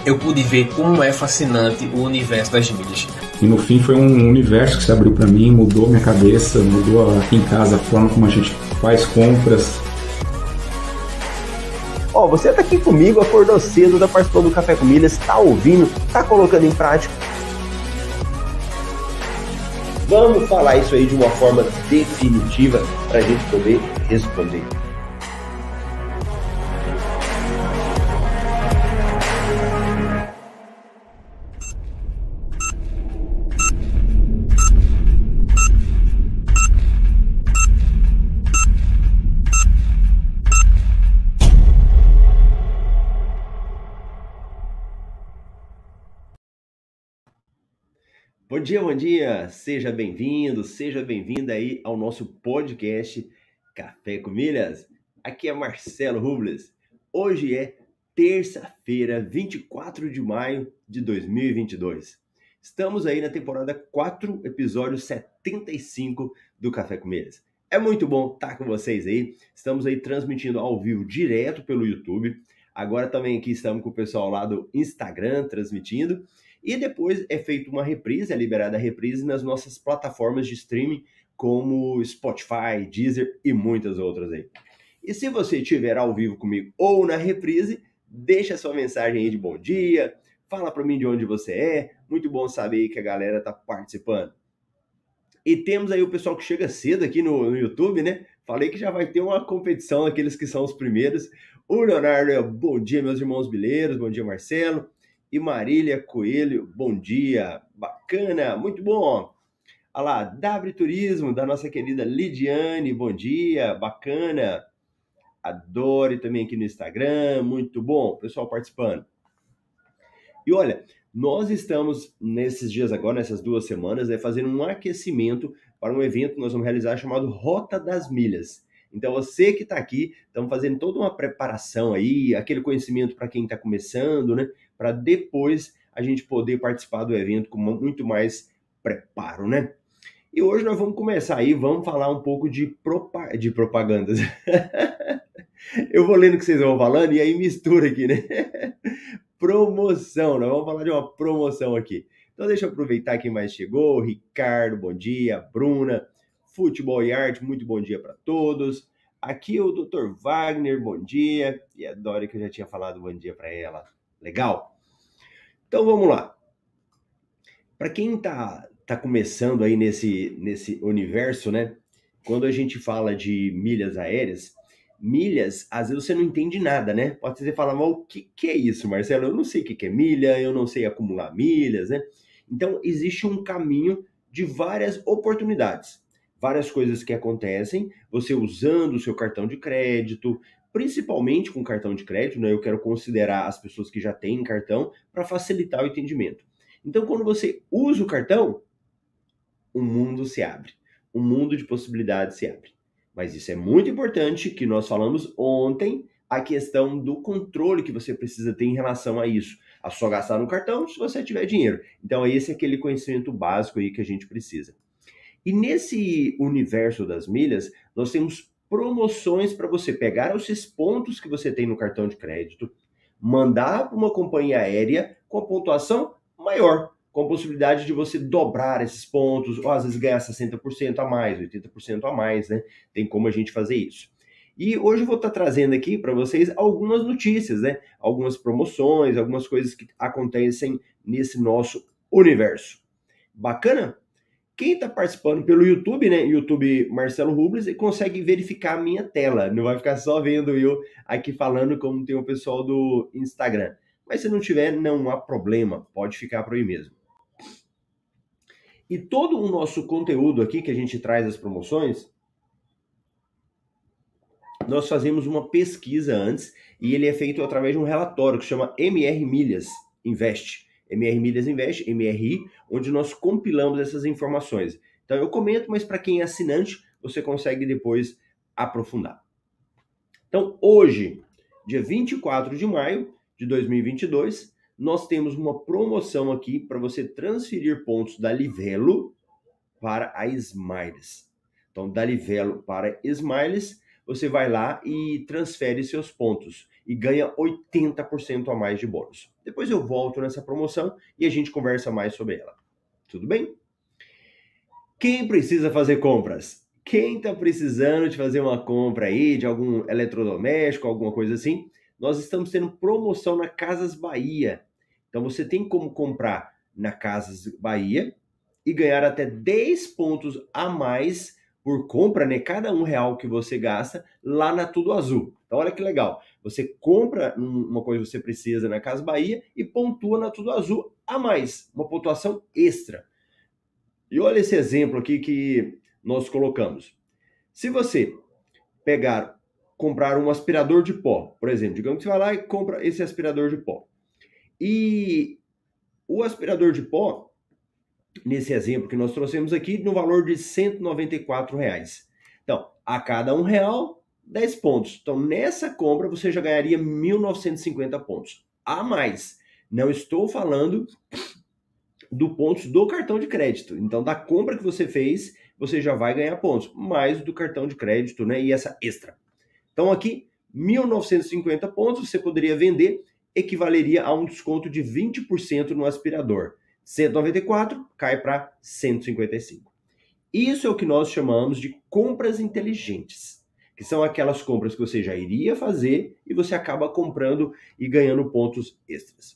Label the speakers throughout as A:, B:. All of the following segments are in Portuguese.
A: eu pude ver como é fascinante o universo das milhas.
B: E no fim foi um universo que se abriu para mim, mudou minha cabeça, mudou aqui em casa a forma como a gente faz compras.
C: Você tá aqui comigo, acordou cedo, tá participando do Café com Milhas, tá ouvindo, tá colocando em prática. Vamos falar isso aí de uma forma definitiva para a gente poder responder. Bom dia, seja bem-vindo, seja bem-vinda aí ao nosso podcast Café com Milhas. Aqui é Marcelo Rubles. Hoje é terça-feira, 24 de maio de 2022. Estamos aí na temporada 4, episódio 75 do Café com Milhas. É muito bom estar com vocês aí. Estamos aí transmitindo ao vivo direto pelo YouTube. Agora também aqui estamos com o pessoal lá do Instagram transmitindo. E depois é feita uma reprise, é liberada a reprise nas nossas plataformas de streaming, como Spotify, Deezer e muitas outras aí. E se você estiver ao vivo comigo ou na reprise, deixa sua mensagem aí de bom dia, fala para mim de onde você é, muito bom saber que a galera está participando. E temos aí o pessoal que chega cedo aqui no YouTube, né? Falei que já vai ter uma competição, aqueles que são os primeiros. O Leonardo, bom dia, meus irmãos bileiros, bom dia, Marcelo. E Marília Coelho, bom dia, bacana, muito bom. Olha lá, W Turismo, da nossa querida Lidiane, bom dia, bacana. A Dori também aqui no Instagram, muito bom, pessoal participando. E olha, nós estamos nesses dias agora, nessas 2 semanas, fazendo um aquecimento para um evento que nós vamos realizar chamado Rota das Milhas. Então você que está aqui, estamos fazendo toda uma preparação aí, aquele conhecimento para quem está começando, né? Para depois a gente poder participar do evento com muito mais preparo, né? E hoje nós vamos começar aí, vamos falar um pouco de propagandas. Eu vou lendo o que vocês vão falando e aí mistura aqui, né? Promoção, nós vamos falar de uma promoção aqui. Então deixa eu aproveitar quem mais chegou. Ricardo, bom dia. Bruna, Futebol e Arte, muito bom dia para todos. Aqui o Dr. Wagner, bom dia. E a Dori, que eu já tinha falado bom dia para ela. Legal? Então vamos lá. Para quem tá começando aí nesse universo, né? Quando a gente fala de milhas aéreas, milhas, às vezes você não entende nada, né? Pode ser falar, mas o que é isso, Marcelo? Eu não sei o que é milha, eu não sei acumular milhas, né? Então existe um caminho de várias oportunidades. Várias coisas que acontecem, você usando o seu cartão de crédito, principalmente com cartão de crédito, né? Eu quero considerar as pessoas que já têm cartão para facilitar o entendimento. Então, quando você usa o cartão, um mundo se abre. Um mundo de possibilidades se abre. Mas isso é muito importante, que nós falamos ontem, a questão do controle que você precisa ter em relação a isso. A só gastar no cartão se você tiver dinheiro. Então, esse é aquele conhecimento básico aí que a gente precisa. E nesse universo das milhas, nós temos promoções para você pegar esses pontos que você tem no cartão de crédito, mandar para uma companhia aérea com a pontuação maior, com a possibilidade de você dobrar esses pontos, ou às vezes ganhar 60% a mais, 80% a mais, né? Tem como a gente fazer isso. E hoje eu vou estar trazendo aqui para vocês algumas notícias, né? Algumas promoções, algumas coisas que acontecem nesse nosso universo. Bacana? Quem está participando pelo YouTube, né? YouTube Marcelo Rubles, consegue verificar a minha tela. Não vai ficar só vendo eu aqui falando como tem o pessoal do Instagram. Mas se não tiver, não há problema. Pode ficar por aí mesmo. E todo o nosso conteúdo aqui que a gente traz as promoções, nós fazemos uma pesquisa antes e ele é feito através de um relatório que chama MR Milhas Invest. MR Milhas Invest, MRI, onde nós compilamos essas informações. Então eu comento, mas para quem é assinante, você consegue depois aprofundar. Então hoje, dia 24 de maio de 2022, nós temos uma promoção aqui para você transferir pontos da Livelo para a Smiles. Então da Livelo para Smiles, você vai lá e transfere seus pontos e ganha 80% a mais de bônus. Depois eu volto nessa promoção e a gente conversa mais sobre ela. Tudo bem? Quem precisa fazer compras? Quem está precisando de fazer uma compra aí de algum eletrodoméstico, alguma coisa assim, nós estamos tendo promoção na Casas Bahia. Então você tem como comprar na Casas Bahia e ganhar até 10 pontos a mais por compra, né? Cada R$1 que você gasta lá na Tudo Azul. Então olha que legal. Você compra uma coisa que você precisa na Casas Bahia e pontua na Tudo Azul a mais. Uma pontuação extra. E olha esse exemplo aqui que nós colocamos. Se você comprar um aspirador de pó, por exemplo, digamos que você vai lá e compra esse aspirador de pó. E o aspirador de pó, nesse exemplo que nós trouxemos aqui, no valor de R$194. Então, a cada R$1, 10 pontos. Então, nessa compra, você já ganharia 1.950 pontos. A mais. Não estou falando do pontos do cartão de crédito. Então, da compra que você fez, você já vai ganhar pontos. Mais do cartão de crédito, né? E essa extra. Então, aqui, 1.950 pontos, você poderia vender, equivaleria a um desconto de 20% no aspirador. 194 cai para 155. Isso é o que nós chamamos de compras inteligentes, que são aquelas compras que você já iria fazer e você acaba comprando e ganhando pontos extras.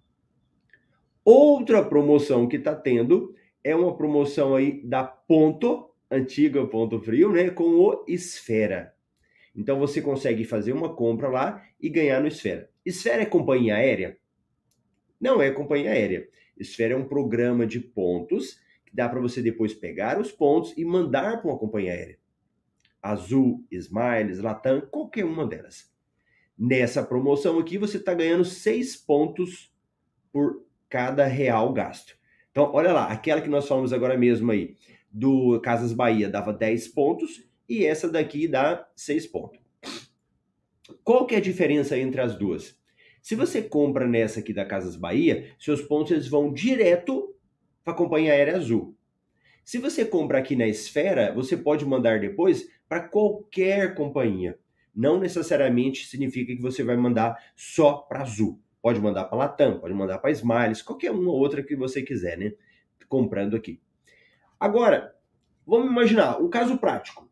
C: Outra promoção que está tendo é uma promoção aí da Ponto, antiga Ponto Frio, né, com o Esfera. Então você consegue fazer uma compra lá e ganhar no Esfera. Esfera é companhia aérea? Não é companhia aérea. Esfera é um programa de pontos que dá para você depois pegar os pontos e mandar para uma companhia aérea. Azul, Smiles, Latam, qualquer uma delas. Nessa promoção aqui você está ganhando 6 pontos por cada R$1 gasto. Então, olha lá, aquela que nós falamos agora mesmo aí, do Casas Bahia, dava 10 pontos e essa daqui dá 6 pontos. Qual que é a diferença entre as duas? Se você compra nessa aqui da Casas Bahia, seus pontos eles vão direto para a companhia aérea Azul. Se você compra aqui na Esfera, você pode mandar depois para qualquer companhia. Não necessariamente significa que você vai mandar só para Azul. Pode mandar para Latam, pode mandar para Smiles, qualquer uma ou outra que você quiser, né? Comprando aqui. Agora, vamos imaginar um caso prático.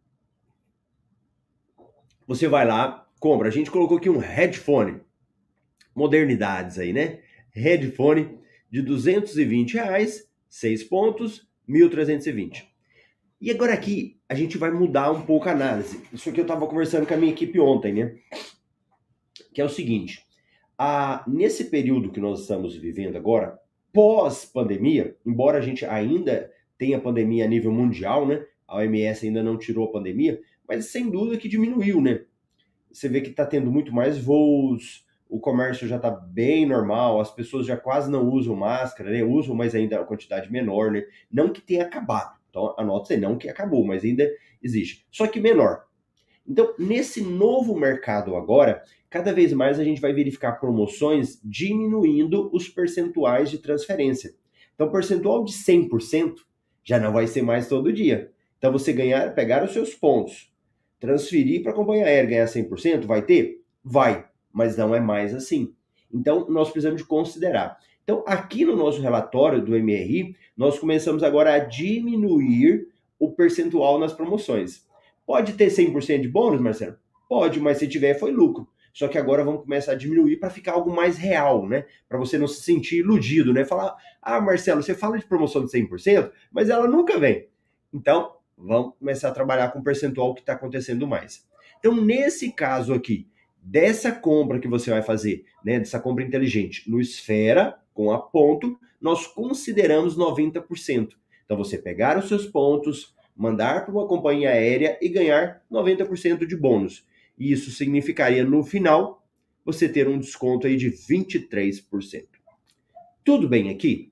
C: Você vai lá, compra. A gente colocou aqui um headphone. Modernidades aí, né? Headphone de R$220, 6 pontos, 1.320. E agora aqui, a gente vai mudar um pouco a análise. Isso aqui eu estava conversando com a minha equipe ontem, né? Que é o seguinte. Nesse período que nós estamos vivendo agora, pós-pandemia, embora a gente ainda tenha pandemia a nível mundial, né? A OMS ainda não tirou a pandemia, mas sem dúvida que diminuiu, né? Você vê que está tendo muito mais voos, o comércio já está bem normal, as pessoas já quase não usam máscara, né? Usam, mas ainda a quantidade menor, né? Não que tenha acabado. Então, anota aí, não que acabou, mas ainda existe. Só que menor. Então, nesse novo mercado agora, cada vez mais a gente vai verificar promoções diminuindo os percentuais de transferência. Então, o percentual de 100% já não vai ser mais todo dia. Então, você pegar os seus pontos, transferir para a companhia aérea, ganhar 100%, vai ter? Vai, mas não é mais assim. Então, nós precisamos de considerar. Então, aqui no nosso relatório do MRI, nós começamos agora a diminuir o percentual nas promoções. Pode ter 100% de bônus, Marcelo? Pode, mas se tiver, foi lucro. Só que agora vamos começar a diminuir para ficar algo mais real, né? Para você não se sentir iludido, né? Falar, Marcelo, você fala de promoção de 100%, mas ela nunca vem. Então, vamos começar a trabalhar com o percentual que está acontecendo mais. Então, nesse caso aqui, dessa compra que você vai fazer, né? Dessa compra inteligente no Esfera, com a Ponto, nós consideramos 90%. Então, você pegar os seus pontos, mandar para uma companhia aérea e ganhar 90% de bônus. E isso significaria, no final, você ter um desconto aí de 23%. Tudo bem aqui?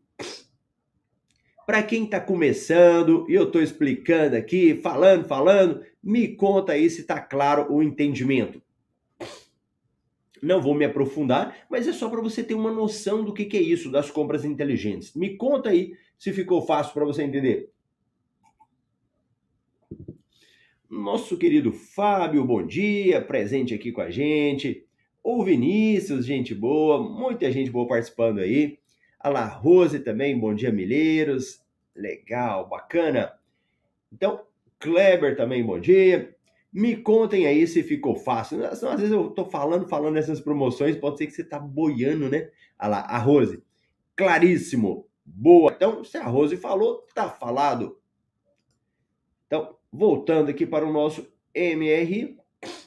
C: Para quem está começando, e eu estou explicando aqui, falando, me conta aí se está claro o entendimento. Não vou me aprofundar, mas é só para você ter uma noção do que é isso das compras inteligentes. Me conta aí se ficou fácil para você entender. Nosso querido Fábio, bom dia, presente aqui com a gente. O Vinícius, gente boa, muita gente boa participando aí. A La Rose também, bom dia, milheiros. Legal, bacana. Então, Kleber também, bom dia. Me contem aí se ficou fácil. Às vezes eu tô falando nessas promoções, pode ser que você tá boiando, né? Olha lá, a Rose. Claríssimo. Boa. Então, se a Rose falou, tá falado. Então, voltando aqui para o nosso MR,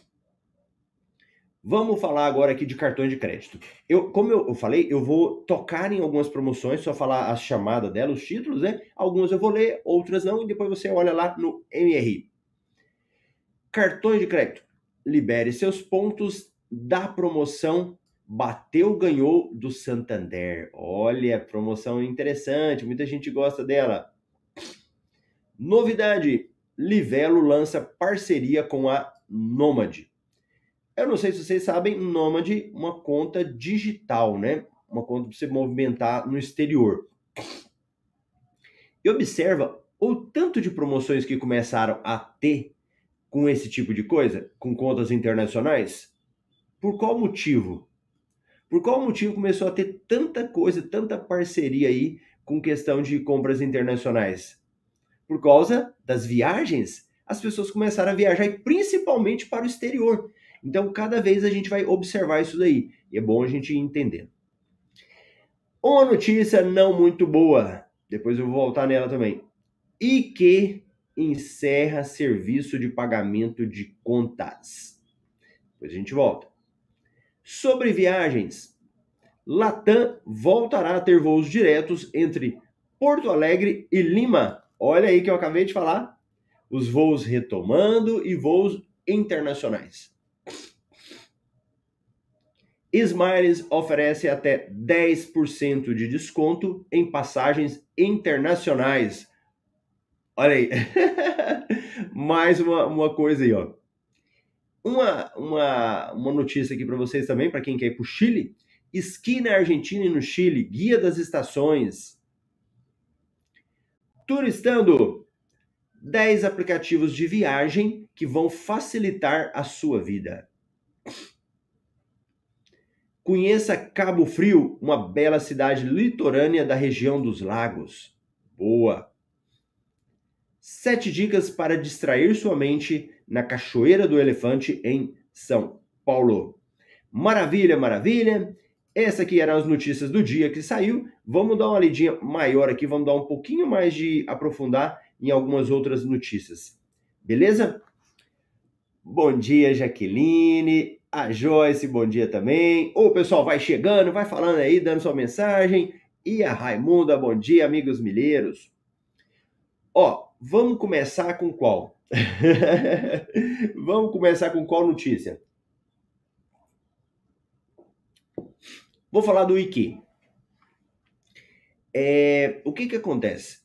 C: vamos falar agora aqui de cartões de crédito. Como eu falei, eu vou tocar em algumas promoções, só falar a chamada dela, os títulos, né? Algumas eu vou ler, outras não, e depois você olha lá no MR. Cartões de crédito. Libere seus pontos da promoção Bateu, Ganhou do Santander. Olha, promoção interessante, muita gente gosta dela. Novidade, Livelo lança parceria com a Nomad. Eu não sei se vocês sabem, Nomad, uma conta digital, né? Uma conta para você movimentar no exterior. E observa o tanto de promoções que começaram a ter com esse tipo de coisa, com contas internacionais. Por qual motivo? Por qual motivo começou a ter tanta coisa, tanta parceria aí com questão de compras internacionais? Por causa das viagens, as pessoas começaram a viajar, e principalmente para o exterior. Então, cada vez a gente vai observar isso daí. E é bom a gente ir entendendo. Uma notícia não muito boa. Depois eu vou voltar nela também. IQ encerra serviço de pagamento de contas. Depois a gente volta. Sobre viagens. Latam voltará a ter voos diretos entre Porto Alegre e Lima. Olha aí que eu acabei de falar. Os voos retomando e voos internacionais. Smiles oferece até 10% de desconto em passagens internacionais. Olha aí. Mais uma coisa aí, ó. Uma notícia aqui para vocês também, para quem quer ir para o Chile. Esqui na Argentina e no Chile. Guia das estações. Turistando. 10 aplicativos de viagem que vão facilitar a sua vida. Conheça Cabo Frio, uma bela cidade litorânea da região dos lagos. Boa! 7 dicas para distrair sua mente na Cachoeira do Elefante, em São Paulo. Maravilha, maravilha! Essas aqui eram as notícias do dia que saiu. Vamos dar uma lidinha maior aqui, vamos dar um pouquinho mais de aprofundar em algumas outras notícias. Beleza? Bom dia, Jaqueline. A Joyce, bom dia também. O pessoal vai chegando, vai falando aí, dando sua mensagem. E a Raimunda, bom dia, amigos milheiros. Ó, vamos começar com qual? Vamos começar com qual notícia? Vou falar do IQ. O que acontece?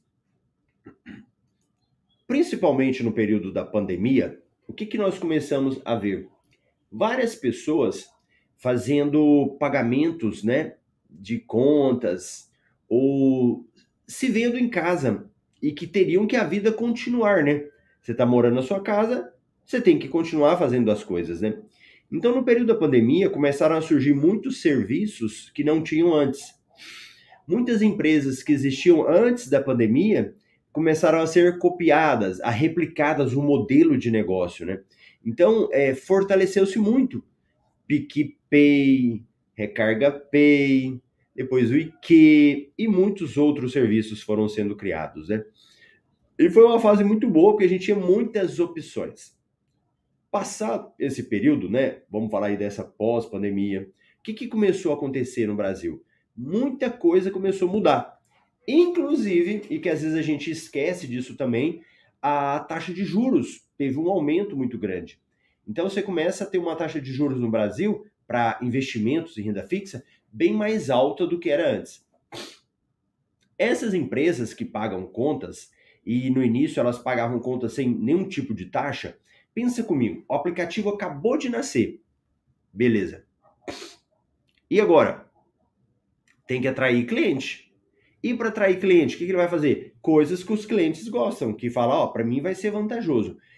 C: Principalmente no período da pandemia, o que nós começamos a ver? Várias pessoas fazendo pagamentos, né, de contas ou se vendo em casa e que teriam que a vida continuar, né? Você está morando na sua casa, você tem que continuar fazendo as coisas, né? Então, no período da pandemia, começaram a surgir muitos serviços que não tinham antes. Muitas empresas que existiam antes da pandemia começaram a ser copiadas, a replicadas o modelo de negócio, né? Então, fortaleceu-se muito. PicPay, Recarga Pay, depois o IQ e muitos outros serviços foram sendo criados, né? E foi uma fase muito boa, porque a gente tinha muitas opções. Passado esse período, né? Vamos falar aí dessa pós-pandemia. O que começou a acontecer no Brasil? Muita coisa começou a mudar. Inclusive, e que às vezes a gente esquece disso também, a taxa de juros teve um aumento muito grande. Então você começa a ter uma taxa de juros no Brasil para investimentos em renda fixa bem mais alta do que era antes. Essas empresas que pagam contas, e no início elas pagavam contas sem nenhum tipo de taxa, pensa comigo, o aplicativo acabou de nascer. Beleza. E agora? Tem que atrair cliente. E para atrair cliente, o que ele vai fazer? Coisas que os clientes gostam, que fala, para mim vai ser vantajoso.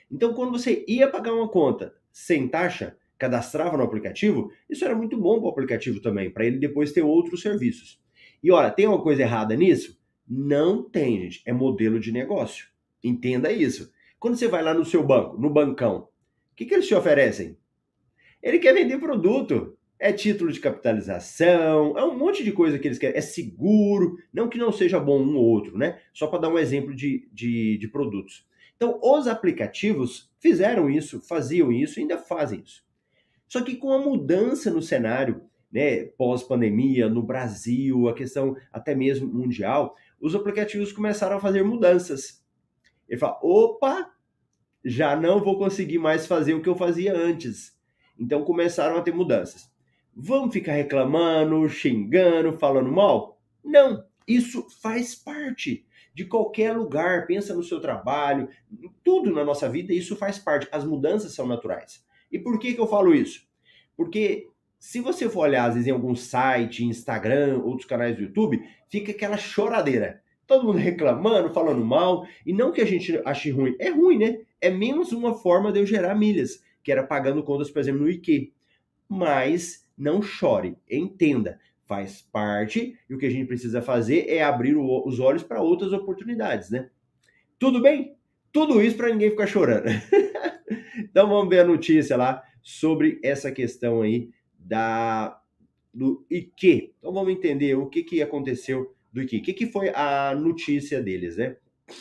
C: Então, quando você ia pagar uma conta sem taxa, cadastrava no aplicativo, isso era muito bom para o aplicativo também, para ele depois ter outros serviços. E olha, tem uma coisa errada nisso? Não tem, gente. É modelo de negócio. Entenda isso. Quando você vai lá no seu banco, no bancão, o que eles te oferecem? Ele quer vender produto. É título de capitalização, é um monte de coisa que eles querem. É seguro, não que não seja bom um ou outro, né? Só para dar um exemplo de produtos. Então, os aplicativos fizeram isso, faziam isso e ainda fazem isso. Só que com a mudança no cenário, né, pós-pandemia, no Brasil, a questão até mesmo mundial, os aplicativos começaram a fazer mudanças. Ele fala, opa, já não vou conseguir mais fazer o que eu fazia antes. Então começaram a ter mudanças. Vamos ficar reclamando, xingando, falando mal? Não, isso faz parte de qualquer lugar. Pensa no seu trabalho, tudo na nossa vida, isso faz parte. As mudanças são naturais. E por que eu falo isso? Porque se você for olhar, às vezes, em algum site, Instagram, outros canais do YouTube, fica aquela choradeira. Todo mundo reclamando, falando mal, e não que a gente ache ruim. É ruim, né? É menos uma forma de eu gerar milhas, que era pagando contas, por exemplo, no IQ. Mas não chore, entenda, faz parte, e o que a gente precisa fazer é abrir os olhos para outras oportunidades, né? Tudo bem? Tudo isso para ninguém ficar chorando. Então vamos ver a notícia lá sobre essa questão aí do IQ. Então vamos entender o que aconteceu do IQ. O que foi a notícia deles, né?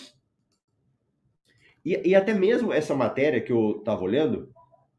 C: E até mesmo essa matéria que eu estava olhando,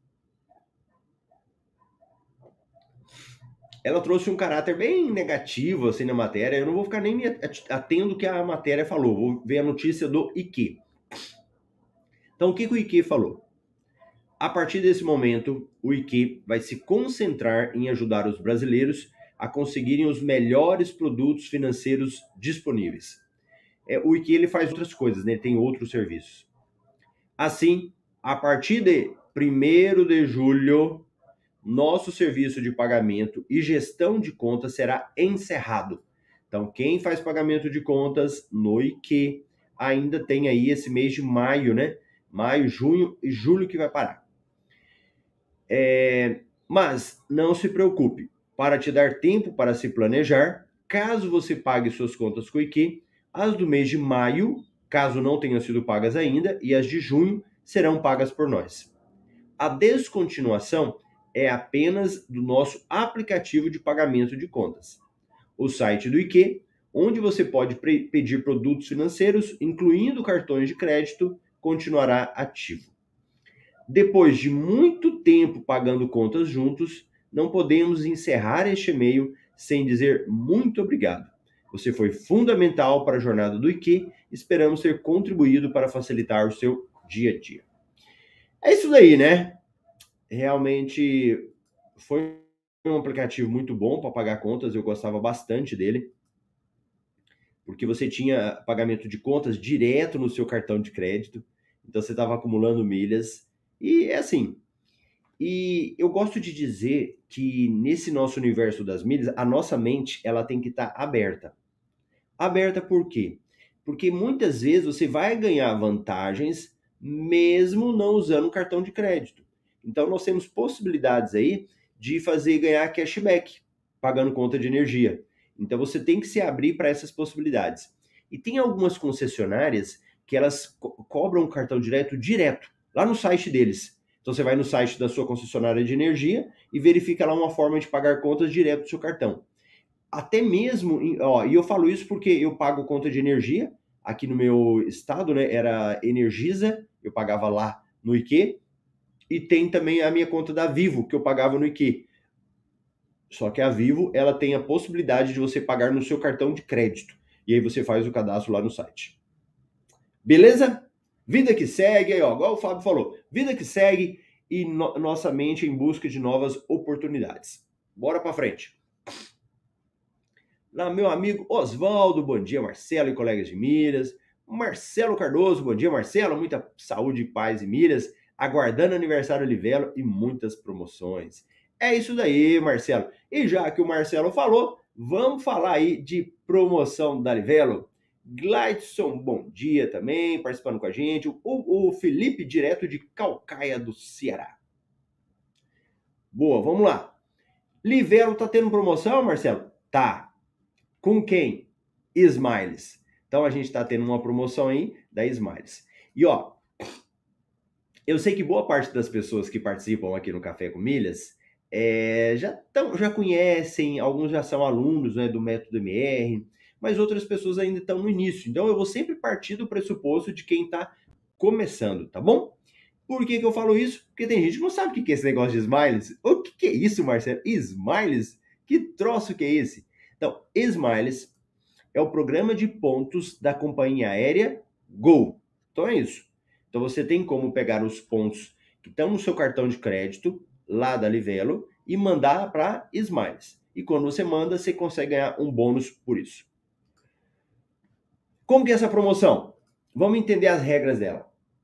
C: ela trouxe um caráter bem negativo assim na matéria. Eu não vou ficar nem me atendo o que a matéria falou. Vou ver a notícia do IQ. Então o que o IQ falou? A partir desse momento, o IQ vai se concentrar em ajudar os brasileiros a conseguirem os melhores produtos financeiros disponíveis. O IQ ele faz outras coisas, né? Ele tem outros serviços. Assim, a partir de 1º de julho, nosso serviço de pagamento e gestão de contas será encerrado. Então, quem faz pagamento de contas no IQ ainda tem aí esse mês de maio, né? Maio, junho e julho que vai parar. Mas não se preocupe, para te dar tempo para se planejar, caso você pague suas contas com o IQ, as do mês de maio, caso não tenham sido pagas ainda, e as de junho serão pagas por nós. A descontinuação é apenas do nosso aplicativo de pagamento de contas. O site do IQ, onde você pode pedir produtos financeiros, incluindo cartões de crédito, continuará ativo. Depois de muito tempo pagando contas juntos, não podemos encerrar este e-mail sem dizer muito obrigado. Você foi fundamental para a jornada do IQ. Esperamos ter contribuído para facilitar o seu dia a dia. É isso daí, né? Realmente foi um aplicativo muito bom para pagar contas. Eu gostava bastante dele, porque você tinha pagamento de contas direto no seu cartão de crédito. Então você estava acumulando milhas. E é assim, e eu gosto de dizer que nesse nosso universo das milhas, a nossa mente ela tem que estar aberta. Aberta por quê? Porque muitas vezes você vai ganhar vantagens mesmo não usando cartão de crédito. Então nós temos possibilidades aí de fazer ganhar cashback, pagando conta de energia. Então você tem que se abrir para essas possibilidades. E tem algumas concessionárias que elas cobram cartão direto lá no site deles. Então você vai no site da sua concessionária de energia e verifica lá uma forma de pagar contas direto do seu cartão. Até mesmo, e eu falo isso porque eu pago conta de energia, aqui no meu estado, né, era Energisa, eu pagava lá no IQ, e tem também a minha conta da Vivo, que eu pagava no IQ. Só que a Vivo, ela tem a possibilidade de você pagar no seu cartão de crédito, e aí você faz o cadastro lá no site. Beleza? Vida que segue, aí, ó, igual o Fábio falou, vida que segue e nossa mente em busca de novas oportunidades. Bora para frente. Lá, meu amigo Oswaldo, bom dia, Marcelo e colegas de milhas. Marcelo Cardoso, bom dia, Marcelo, muita saúde, paz e milhas, aguardando aniversário Livelo e muitas promoções. É isso daí, Marcelo. E já que o Marcelo falou, vamos falar aí de promoção da Livelo. Gladson, bom dia também, participando com a gente. O Felipe, direto de Calcaia do Ceará. Boa, vamos lá. Livelo tá tendo promoção, Marcelo? Tá. Com quem? Smiles. Então a gente tá tendo uma promoção aí da Smiles. E ó, eu sei que boa parte das pessoas que participam aqui no Café com Milhas já conhecem, alguns já são alunos, né, do método MR, mas outras pessoas ainda estão no início. Então eu vou sempre partir do pressuposto de quem está começando, tá bom? Por que eu falo isso? Porque tem gente que não sabe o que é esse negócio de Smiles. O que é isso, Marcelo? Smiles? Que troço que é esse? Então, Smiles é o programa de pontos da companhia aérea Gol. Então é isso. Então você tem como pegar os pontos que estão no seu cartão de crédito, lá da Livelo, e mandar para Smiles. E quando você manda, você consegue ganhar um bônus por isso. Como que é essa promoção? Vamos entender as regras dela.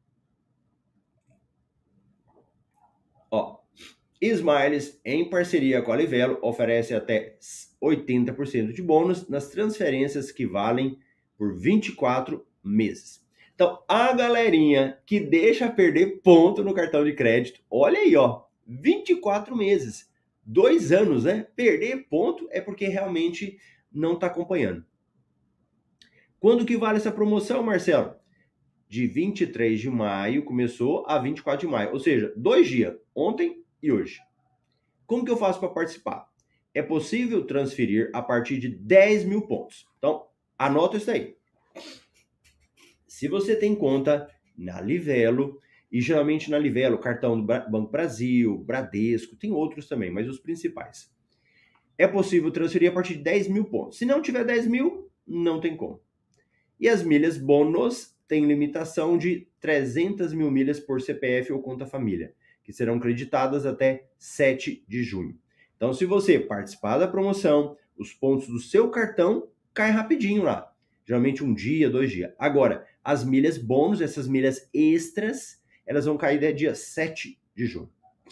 C: Ó, Smiles, em parceria com a Livelo, oferece até 80% de bônus nas transferências que valem por 24 meses. Então, a galerinha que deixa perder ponto no cartão de crédito, olha aí, ó, 24 meses, 2 anos, né? Perder ponto é porque realmente não está acompanhando. Quando que vale essa promoção, Marcelo? De 23 de maio começou a 24 de maio, ou seja, 2 dias, ontem e hoje. Como que eu faço para participar? É possível transferir a partir de 10 mil pontos. Então, anota isso aí. Se você tem conta na Livelo, e geralmente na Livelo, cartão do Banco Brasil, Bradesco, tem outros também, mas os principais. É possível transferir a partir de 10 mil pontos. Se não tiver 10 mil, não tem como. E as milhas bônus têm limitação de 300 mil milhas por CPF ou conta família, que serão creditadas até 7 de junho. Então, se você participar da promoção, os pontos do seu cartão caem rapidinho lá. Geralmente 1 dia, 2 dias. Agora, as milhas bônus, essas milhas extras, elas vão cair até dia 7 de junho.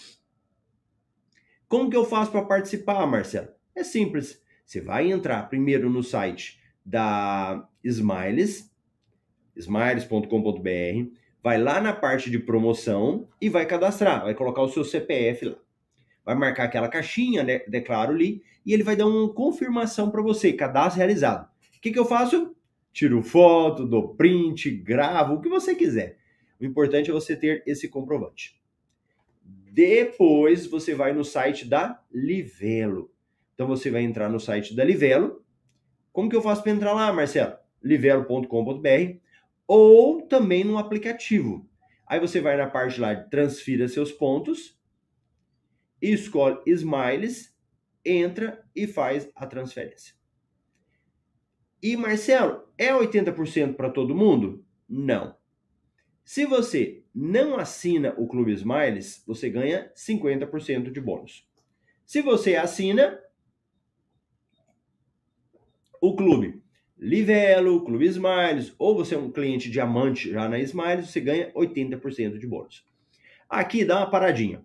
C: Como que eu faço para participar, Marcelo? É simples. Você vai entrar primeiro no site da Smiles, smiles.com.br, vai lá na parte de promoção e vai cadastrar, vai colocar o seu CPF lá. Vai marcar aquela caixinha, né, declaro ali, e ele vai dar uma confirmação para você, cadastro realizado. O que eu faço? Tiro foto, dou print, gravo, o que você quiser. O importante é você ter esse comprovante. Depois você vai no site da Livelo. Então você vai entrar no site da Livelo. Como que eu faço para entrar lá, Marcelo? livelo.com.br ou também no aplicativo. Aí você vai na parte lá de transfira seus pontos, escolhe Smiles, entra e faz a transferência. E Marcelo, é 80% para todo mundo? Não. Se você não assina o Clube Smiles, você ganha 50% de bônus. Se você assina o clube Livelo, Clube Smiles, ou você é um cliente diamante já na Smiles, você ganha 80% de bônus. Aqui dá uma paradinha.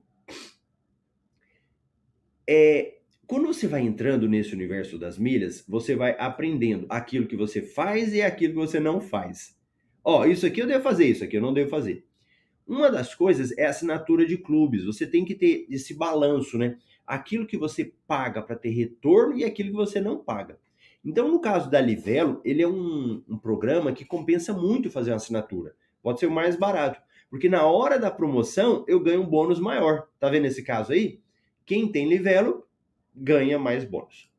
C: Quando você vai entrando nesse universo das milhas, você vai aprendendo aquilo que você faz e aquilo que você não faz. Ó, isso aqui eu devo fazer, isso aqui eu não devo fazer. Uma das coisas é a assinatura de clubes. Você tem que ter esse balanço, né? Aquilo que você paga para ter retorno e aquilo que você não paga. Então, no caso da Livelo, ele é um programa que compensa muito fazer uma assinatura. Pode ser o mais barato. Porque na hora da promoção, eu ganho um bônus maior. Tá vendo esse caso aí? Quem tem Livelo ganha mais bônus.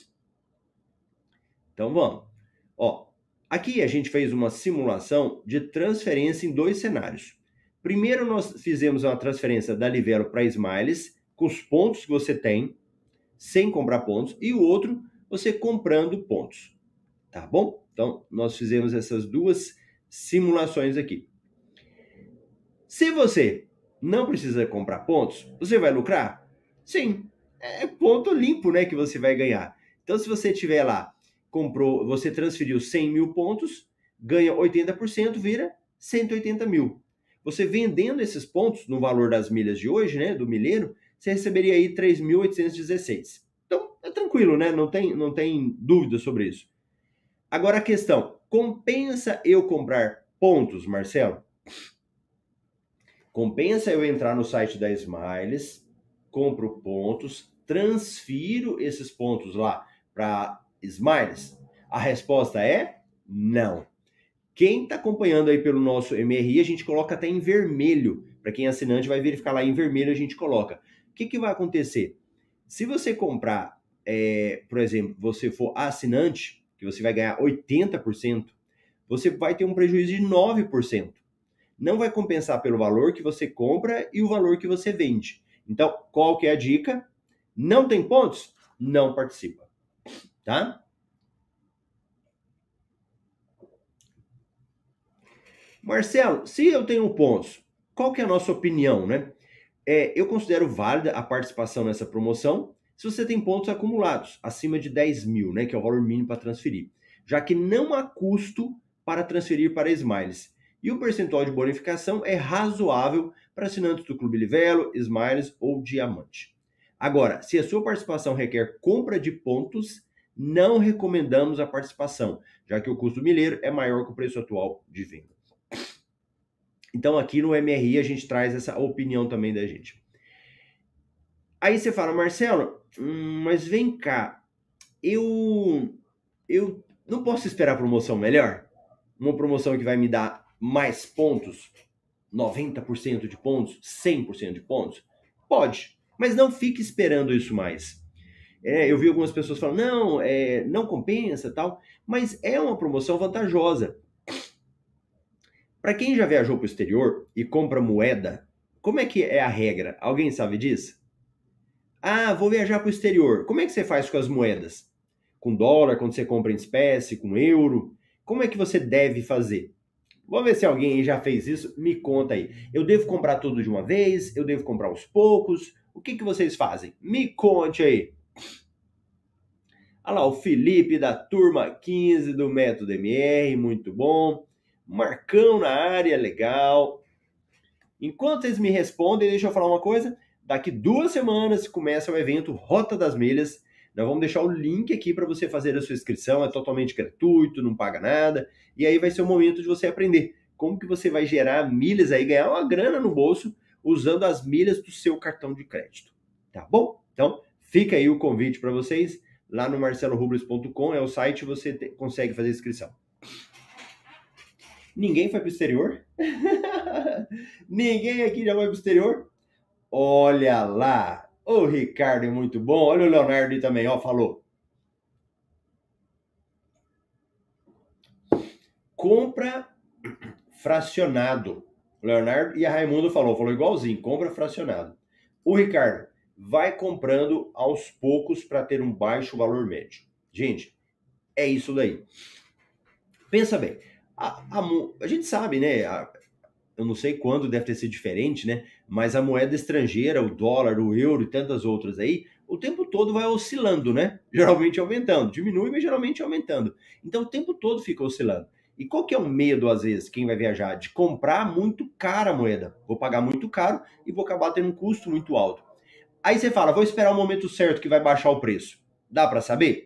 C: Então, vamos. Ó, aqui a gente fez uma simulação de transferência em 2 cenários. Primeiro, nós fizemos uma transferência da Livelo para Smiles, com os pontos que você tem, sem comprar pontos, e o outro, você comprando pontos. Tá bom? Então, nós fizemos essas 2 simulações aqui. Se você não precisa comprar pontos, você vai lucrar? Sim, é ponto limpo, né, que você vai ganhar. Então, se você tiver lá, você transferiu 100 mil pontos, ganha 80%, vira 180 mil. Você vendendo esses pontos no valor das milhas de hoje, né, do milheiro, você receberia aí 3.816. Então, é tranquilo, né? Não tem dúvida sobre isso. Agora a questão, Compensa eu comprar pontos, Marcelo? Compensa eu entrar no site da Smiles, compro pontos, transfiro esses pontos lá para Smiles? A resposta é não. Quem está acompanhando aí pelo nosso MRI, a gente coloca até em vermelho. Para quem é assinante, vai verificar lá em vermelho, a gente coloca. O que vai acontecer? Se você comprar, por exemplo, você for assinante, que você vai ganhar 80%, você vai ter um prejuízo de 9%. Não vai compensar pelo valor que você compra e o valor que você vende. Então, qual que é a dica? Não tem pontos? Não participa. Tá? Marcelo, se eu tenho pontos, qual que é a nossa opinião, né? Eu considero válida a participação nessa promoção se você tem pontos acumulados, acima de 10 mil, né? Que é o valor mínimo para transferir. Já que não há custo para transferir para Smiles. E o percentual de bonificação é razoável para assinantes do Clube Livelo, Smiles ou Diamante. Agora, se a sua participação requer compra de pontos, não recomendamos a participação, já que o custo milheiro é maior que o preço atual de venda. Então aqui no MRI a gente traz essa opinião também da gente. Aí você fala, Marcelo, mas vem cá, eu não posso esperar promoção melhor? Uma promoção que vai me dar mais pontos, 90% de pontos, 100% de pontos? Pode, mas não fique esperando isso mais. Eu vi algumas pessoas falando, não compensa tal, mas é uma promoção vantajosa. Para quem já viajou para o exterior e compra moeda, como é que é a regra? Alguém sabe disso? Ah, vou viajar para o exterior. Como é que você faz com as moedas? Com dólar, quando você compra em espécie, com euro? Como é que você deve fazer? Vamos ver se alguém aí já fez isso. Me conta aí. Eu devo comprar tudo de uma vez? Eu devo comprar aos poucos? O que vocês fazem? Me conte aí. Olha lá, o Felipe da turma 15 do Método MR, muito bom. Marcão na área, legal. Enquanto eles me respondem, deixa eu falar uma coisa. Daqui 2 semanas começa o evento Rota das Milhas. Nós vamos deixar o link aqui para você fazer a sua inscrição. É totalmente gratuito, não paga nada. E aí vai ser o momento de você aprender como que você vai gerar milhas aí, ganhar uma grana no bolso usando as milhas do seu cartão de crédito. Tá bom? Então, fica aí o convite para vocês. Lá no marcelorubles.com é o site, você consegue fazer inscrição. Ninguém foi para o exterior? Ninguém aqui já foi para o exterior? Olha lá, o Ricardo é muito bom. Olha o Leonardo também, ó, falou. Compra fracionado. O Leonardo e a Raimundo falou igualzinho, compra fracionado. O Ricardo, vai comprando aos poucos para ter um baixo valor médio. Gente, é isso daí. Pensa bem, a gente sabe, né? Eu não sei quando deve ter sido diferente, né? Mas a moeda estrangeira, o dólar, o euro e tantas outras aí, o tempo todo vai oscilando, né? Geralmente aumentando. Diminui, mas geralmente aumentando. Então o tempo todo fica oscilando. E qual que é o medo, às vezes, quem vai viajar? De comprar muito cara a moeda. Vou pagar muito caro e vou acabar tendo um custo muito alto. Aí você fala, vou esperar o momento certo que vai baixar o preço. Dá para saber?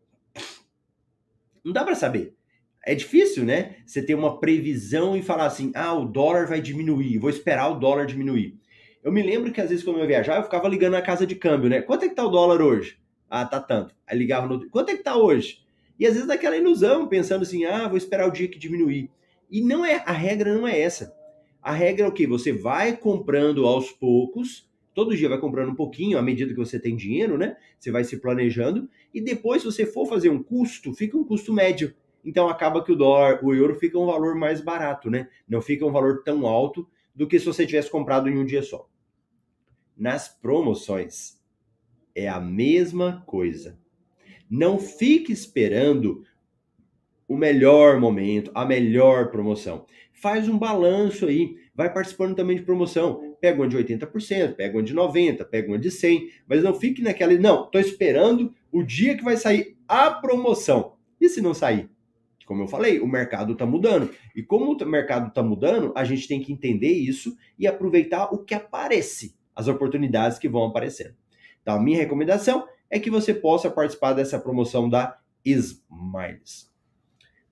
C: Não dá para saber. É difícil, né? Você ter uma previsão e falar assim, o dólar vai diminuir, vou esperar o dólar diminuir. Eu me lembro que às vezes quando eu ia viajar, eu ficava ligando na casa de câmbio, né? Quanto é que tá o dólar hoje? Ah, tá tanto. Aí ligava no... Quanto é que tá hoje? E às vezes naquela ilusão, pensando assim, vou esperar o dia que diminuir. E não é, a regra não é essa. A regra é o quê? Você vai comprando aos poucos, todo dia vai comprando um pouquinho, à medida que você tem dinheiro, né? Você vai se planejando, e depois, se você for fazer um custo, fica um custo médio. Então acaba que o dólar, o euro fica um valor mais barato, né? Não fica um valor tão alto do que se você tivesse comprado em um dia só. Nas promoções, é a mesma coisa. Não fique esperando o melhor momento, a melhor promoção. Faz um balanço aí, vai participando também de promoção. Pega uma de 80%, pega uma de 90%, pega uma de 100%, mas não fique naquela, não, tô esperando o dia que vai sair a promoção. E se não sair? Como eu falei, o mercado está mudando. E como o mercado está mudando, a gente tem que entender isso e aproveitar o que aparece, as oportunidades que vão aparecendo. Então, a minha recomendação é que você possa participar dessa promoção da Smiles.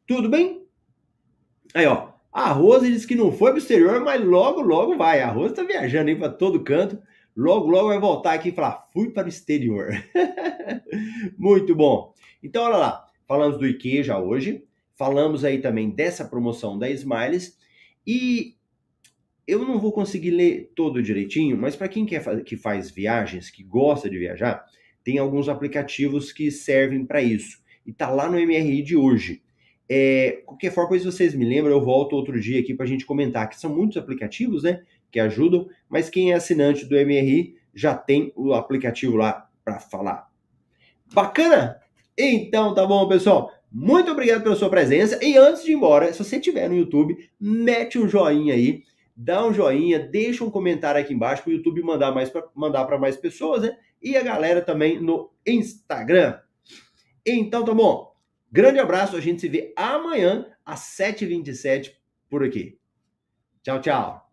C: Tudo bem? Aí, ó. A Rose disse que não foi pro exterior, mas logo, logo vai. A Rose tá viajando aí pra todo canto. Logo, logo vai voltar aqui e falar, fui para o exterior. Muito bom. Então, olha lá. Falamos do IKEA já hoje. Falamos aí também dessa promoção da Smiles. E eu não vou conseguir ler todo direitinho, mas para quem que faz viagens, que gosta de viajar, tem alguns aplicativos que servem para isso. E tá lá no MRI de hoje. Qualquer forma, se vocês me lembram, eu volto outro dia aqui para a gente comentar, que são muitos aplicativos, né, que ajudam, mas quem é assinante do MRI já tem o aplicativo lá para falar. Bacana? Então, tá bom, pessoal? Muito obrigado pela sua presença. E antes de ir embora, se você estiver no YouTube, mete um joinha aí, dá um joinha, deixa um comentário aqui embaixo para o YouTube mandar para mais pessoas, né? E a galera também no Instagram. Então, tá bom? Grande abraço, a gente se vê amanhã às 7h27 por aqui. Tchau, tchau.